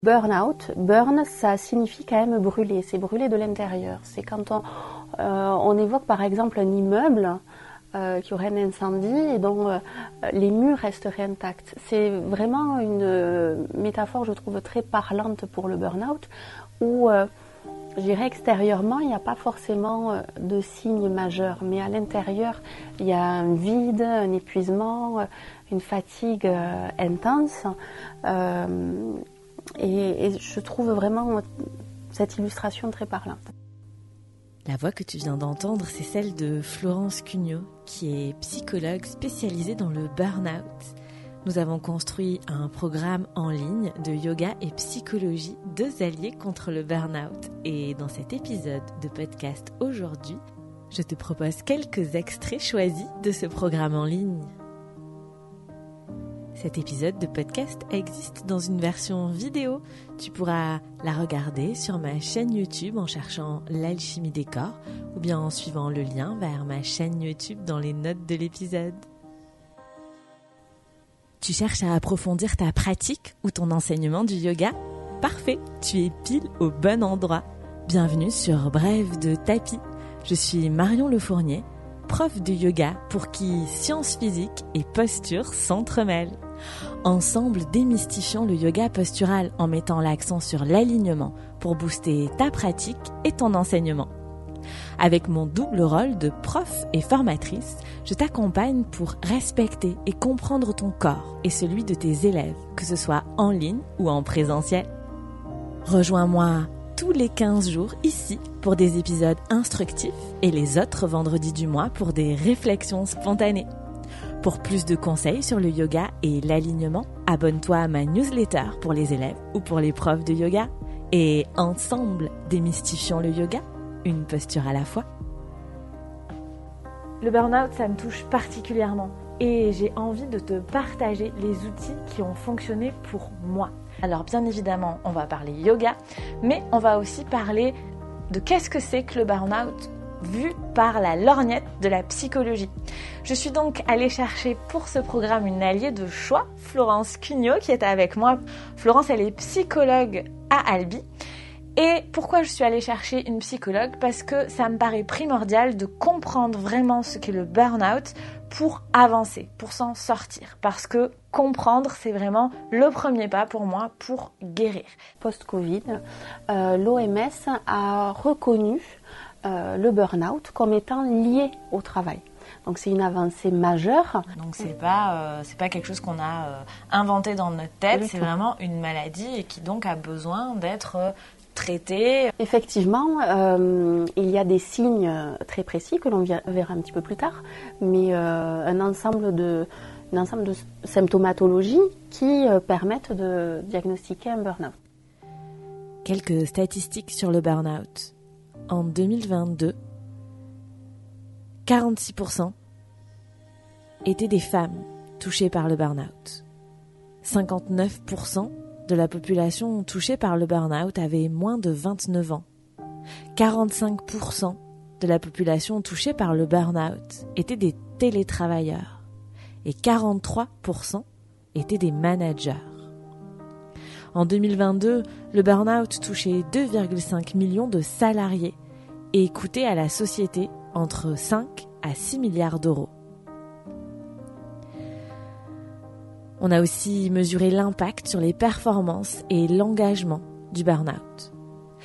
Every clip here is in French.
Burn-out, burn, ça signifie quand même brûler, c'est brûler de l'intérieur. C'est quand on évoque par exemple un immeuble qui aurait un incendie et dont les murs resteraient intacts. C'est vraiment une métaphore, je trouve, très parlante pour le burn-out, où je dirais extérieurement, il n'y a pas forcément de signes majeurs, mais à l'intérieur, il y a un vide, un épuisement, une fatigue intense. Et je trouve vraiment cette illustration très parlante. La voix que tu viens d'entendre, c'est celle de Florence Cugnot, qui est psychologue spécialisée dans le burn-out. Nous avons construit un programme en ligne de yoga et psychologie, 2 alliés contre le burn-out. Et dans cet épisode de podcast aujourd'hui, je te propose quelques extraits choisis de ce programme en ligne. Cet épisode de podcast existe dans une version vidéo. Tu pourras la regarder sur ma chaîne YouTube en cherchant l'alchimie des corps ou bien en suivant le lien vers ma chaîne YouTube dans les notes de l'épisode. Tu cherches à approfondir ta pratique ou ton enseignement du yoga ? Parfait, tu es pile au bon endroit. Bienvenue sur Brève de tapis. Je suis Marion Lefournier, prof de yoga pour qui science physique et posture s'entremêlent. Ensemble, démystifions le yoga postural en mettant l'accent sur l'alignement pour booster ta pratique et ton enseignement. Avec mon double rôle de prof et formatrice, je t'accompagne pour respecter et comprendre ton corps et celui de tes élèves, que ce soit en ligne ou en présentiel. Rejoins-moi tous les 15 jours ici pour des épisodes instructifs et les autres vendredis du mois pour des réflexions spontanées. Pour plus de conseils sur le yoga et l'alignement, abonne-toi à ma newsletter pour les élèves ou pour les profs de yoga. Et ensemble, démystifions le yoga, une posture à la fois. Le burn-out, ça me touche particulièrement et j'ai envie de te partager les outils qui ont fonctionné pour moi. Alors bien évidemment, on va parler yoga, mais on va aussi parler de qu'est-ce que c'est que le burn-out vu par la lorgnette de la psychologie. Je suis donc allée chercher pour ce programme une alliée de choix, Florence Cugnot, qui est avec moi. Florence, elle est psychologue à Albi. Et pourquoi je suis allée chercher une psychologue ? Parce que ça me paraît primordial de comprendre vraiment ce qu'est le burn-out pour avancer, pour s'en sortir. Parce que comprendre, c'est vraiment le premier pas pour moi pour guérir. Post-Covid, l'OMS a reconnu le burn-out comme étant lié au travail. Donc c'est une avancée majeure. Donc c'est pas quelque chose qu'on a inventé dans notre tête, c'est vraiment une maladie et qui donc a besoin d'être traitée. Effectivement, il y a des signes très précis que l'on verra un petit peu plus tard, mais un ensemble de symptomatologies qui permettent de diagnostiquer un burn-out. Quelques statistiques sur le burn-out. En 2022, 46% étaient des femmes touchées par le burn-out. 59% de la population touchée par le burn-out avait moins de 29 ans. 45% de la population touchée par le burn-out étaient des télétravailleurs. Et 43% étaient des managers. En 2022, le burn-out touchait 2,5 millions de salariés et coûtait à la société entre 5 à 6 milliards d'euros. On a aussi mesuré l'impact sur les performances et l'engagement du burn-out.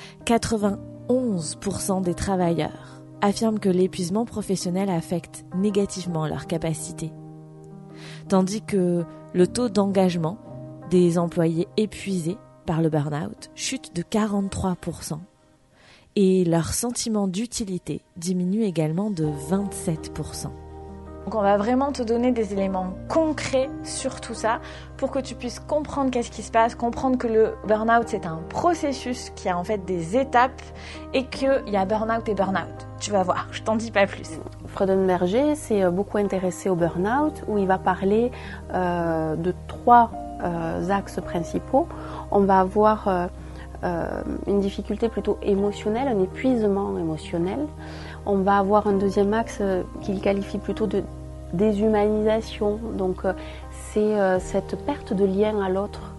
91% des travailleurs affirment que l'épuisement professionnel affecte négativement leurs capacités, tandis que le taux d'engagement des employés épuisés par le burn-out chute de 43% et leur sentiment d'utilité diminue également de 27%. Donc on va vraiment te donner des éléments concrets sur tout ça pour que tu puisses comprendre qu'est-ce qui se passe, comprendre que le burn-out c'est un processus qui a en fait des étapes et qu'il y a burn-out et burn-out. Tu vas voir, je t'en dis pas plus. Freudenberger s'est beaucoup intéressé au burn-out où il va parler de 3 axes principaux. On va avoir une difficulté plutôt émotionnelle, un épuisement émotionnel. On va avoir un deuxième axe qu'il qualifie plutôt de déshumanisation. Donc c'est cette perte de lien à l'autre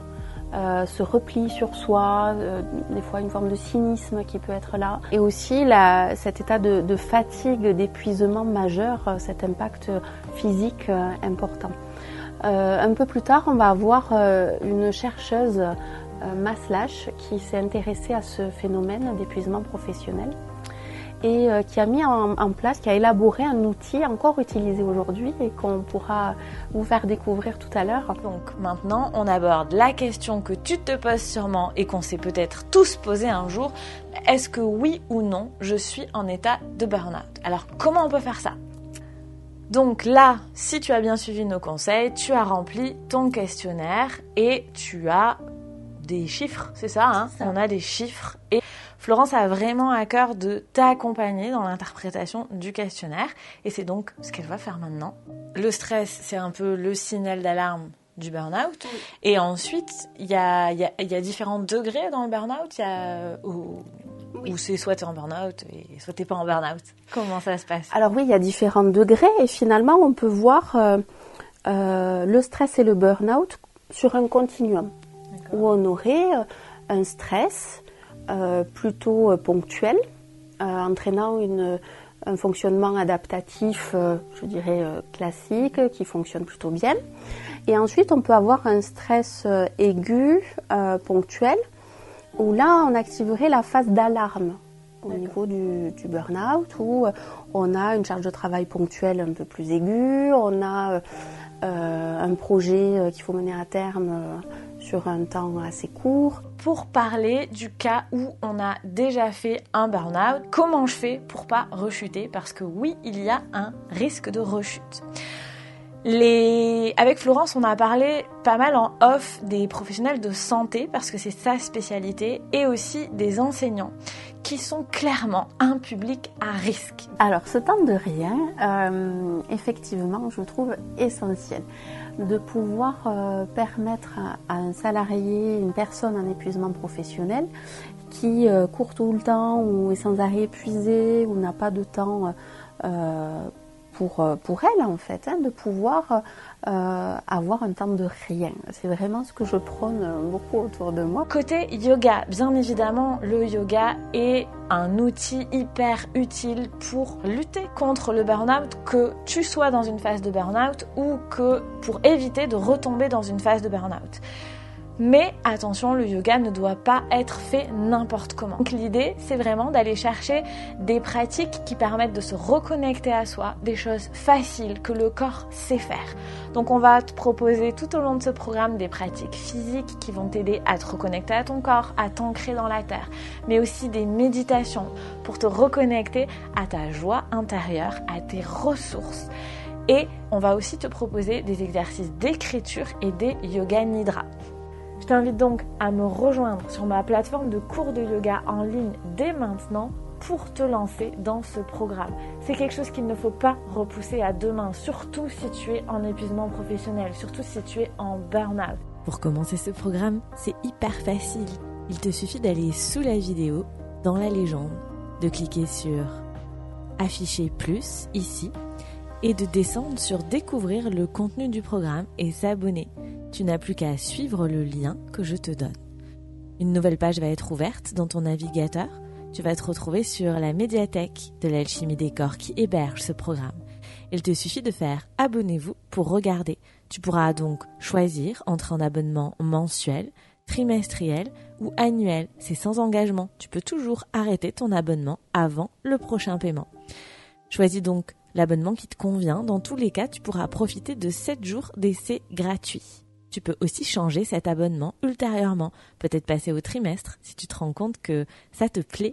ce repli sur soi, des fois une forme de cynisme qui peut être là. Et aussi cet état de fatigue, d'épuisement majeur, cet impact physique important. Un peu plus tard, on va avoir une chercheuse, Maslach, qui s'est intéressée à ce phénomène d'épuisement professionnel et qui a mis en place, qui a élaboré un outil encore utilisé aujourd'hui et qu'on pourra vous faire découvrir tout à l'heure. Donc maintenant, on aborde la question que tu te poses sûrement et qu'on s'est peut-être tous posé un jour. Est-ce que oui ou non, je suis en état de burn-out? Alors comment on peut faire ça? Donc là, si tu as bien suivi nos conseils, tu as rempli ton questionnaire et tu as des chiffres, c'est ça, hein? On a des chiffres et Florence a vraiment à cœur de t'accompagner dans l'interprétation du questionnaire et c'est donc ce qu'elle va faire maintenant. Le stress, c'est un peu le signal d'alarme du burn-out. Oui. Et ensuite, il y a différents degrés dans le burn-out. Il y a où c'est soit tu es en burn-out et soit tu n'es pas en burn-out. Comment ça se passe? Alors oui, il y a différents degrés et finalement, on peut voir le stress et le burn-out sur un continuum. D'accord. Où on aurait un stress plutôt ponctuel, entraînant un fonctionnement adaptatif, je dirais classique, qui fonctionne plutôt bien. Et ensuite, on peut avoir un stress aigu, ponctuel, où là, on activerait la phase d'alarme au niveau du burn-out, où on a une charge de travail ponctuelle un peu plus aiguë, on a un projet qu'il faut mener à terme sur un temps assez court. Pour parler du cas où on a déjà fait un burn-out, comment je fais pour pas rechuter? Parce que oui, il y a un risque de rechute. Avec Florence, on a parlé pas mal en off des professionnels de santé parce que c'est sa spécialité et aussi des enseignants qui sont clairement un public à risque. Alors, ce temps de rien, effectivement, je trouve essentiel de pouvoir permettre à un salarié, une personne en épuisement professionnel qui court tout le temps ou est sans arrêt épuisé ou n'a pas de temps pour elle en fait, de pouvoir avoir un temps de rien. C'est vraiment ce que je prône beaucoup autour de moi. Côté yoga, bien évidemment, le yoga est un outil hyper utile pour lutter contre le burn-out, que tu sois dans une phase de burn-out ou que pour éviter de retomber dans une phase de burn-out. Mais attention, le yoga ne doit pas être fait n'importe comment. Donc l'idée, c'est vraiment d'aller chercher des pratiques qui permettent de se reconnecter à soi, des choses faciles que le corps sait faire. Donc on va te proposer tout au long de ce programme des pratiques physiques qui vont t'aider à te reconnecter à ton corps, à t'ancrer dans la terre, mais aussi des méditations pour te reconnecter à ta joie intérieure, à tes ressources. Et on va aussi te proposer des exercices d'écriture et des yoga nidra. Je t'invite donc à me rejoindre sur ma plateforme de cours de yoga en ligne dès maintenant pour te lancer dans ce programme. C'est quelque chose qu'il ne faut pas repousser à demain, surtout si tu es en épuisement professionnel, surtout si tu es en burn-out. Pour commencer ce programme, c'est hyper facile. Il te suffit d'aller sous la vidéo, dans la légende, de cliquer sur Afficher plus ici et de descendre sur Découvrir le contenu du programme et s'abonner. Tu n'as plus qu'à suivre le lien que je te donne. Une nouvelle page va être ouverte dans ton navigateur. Tu vas te retrouver sur la médiathèque de l'Alchimie des Corps qui héberge ce programme. Il te suffit de faire « Abonnez-vous » pour regarder. Tu pourras donc choisir entre un abonnement mensuel, trimestriel ou annuel. C'est sans engagement. Tu peux toujours arrêter ton abonnement avant le prochain paiement. Choisis donc l'abonnement qui te convient. Dans tous les cas, tu pourras profiter de 7 jours d'essai gratuit. Tu peux aussi changer cet abonnement ultérieurement, peut-être passer au trimestre si tu te rends compte que ça te plaît.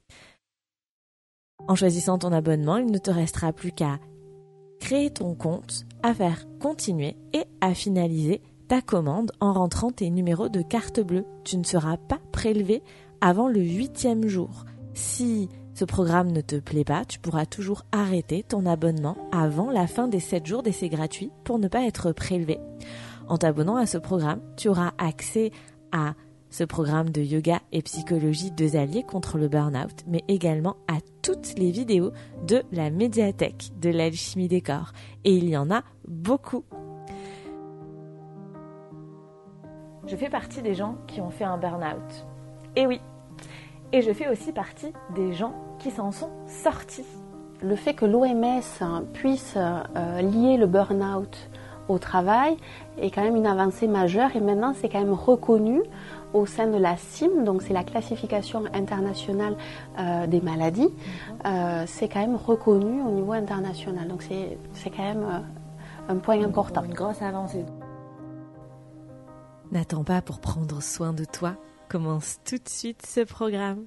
En choisissant ton abonnement, il ne te restera plus qu'à créer ton compte, à faire continuer et à finaliser ta commande en rentrant tes numéros de carte bleue. Tu ne seras pas prélevé avant le 8e jour. Si ce programme ne te plaît pas, tu pourras toujours arrêter ton abonnement avant la fin des 7 jours d'essai gratuit pour ne pas être prélevé. En t'abonnant à ce programme, tu auras accès à ce programme de yoga et psychologie 2 alliés contre le burn-out, mais également à toutes les vidéos de la médiathèque de l'Alchimie des Corps. Et il y en a beaucoup. je fais partie des gens qui ont fait un burn-out. Et oui, et je fais aussi partie des gens qui s'en sont sortis. Le fait que l'OMS puisse lier le burn-out au travail est quand même une avancée majeure et maintenant c'est quand même reconnu au sein de la CIM, donc c'est la classification internationale des maladies, c'est quand même reconnu au niveau international, donc c'est quand même un point important. Une grosse avancée. N'attends pas pour prendre soin de toi, commence tout de suite ce programme.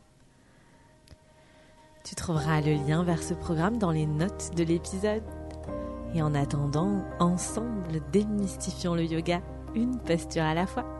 Tu trouveras le lien vers ce programme dans les notes de l'épisode. Et en attendant, ensemble, démystifions le yoga, une posture à la fois.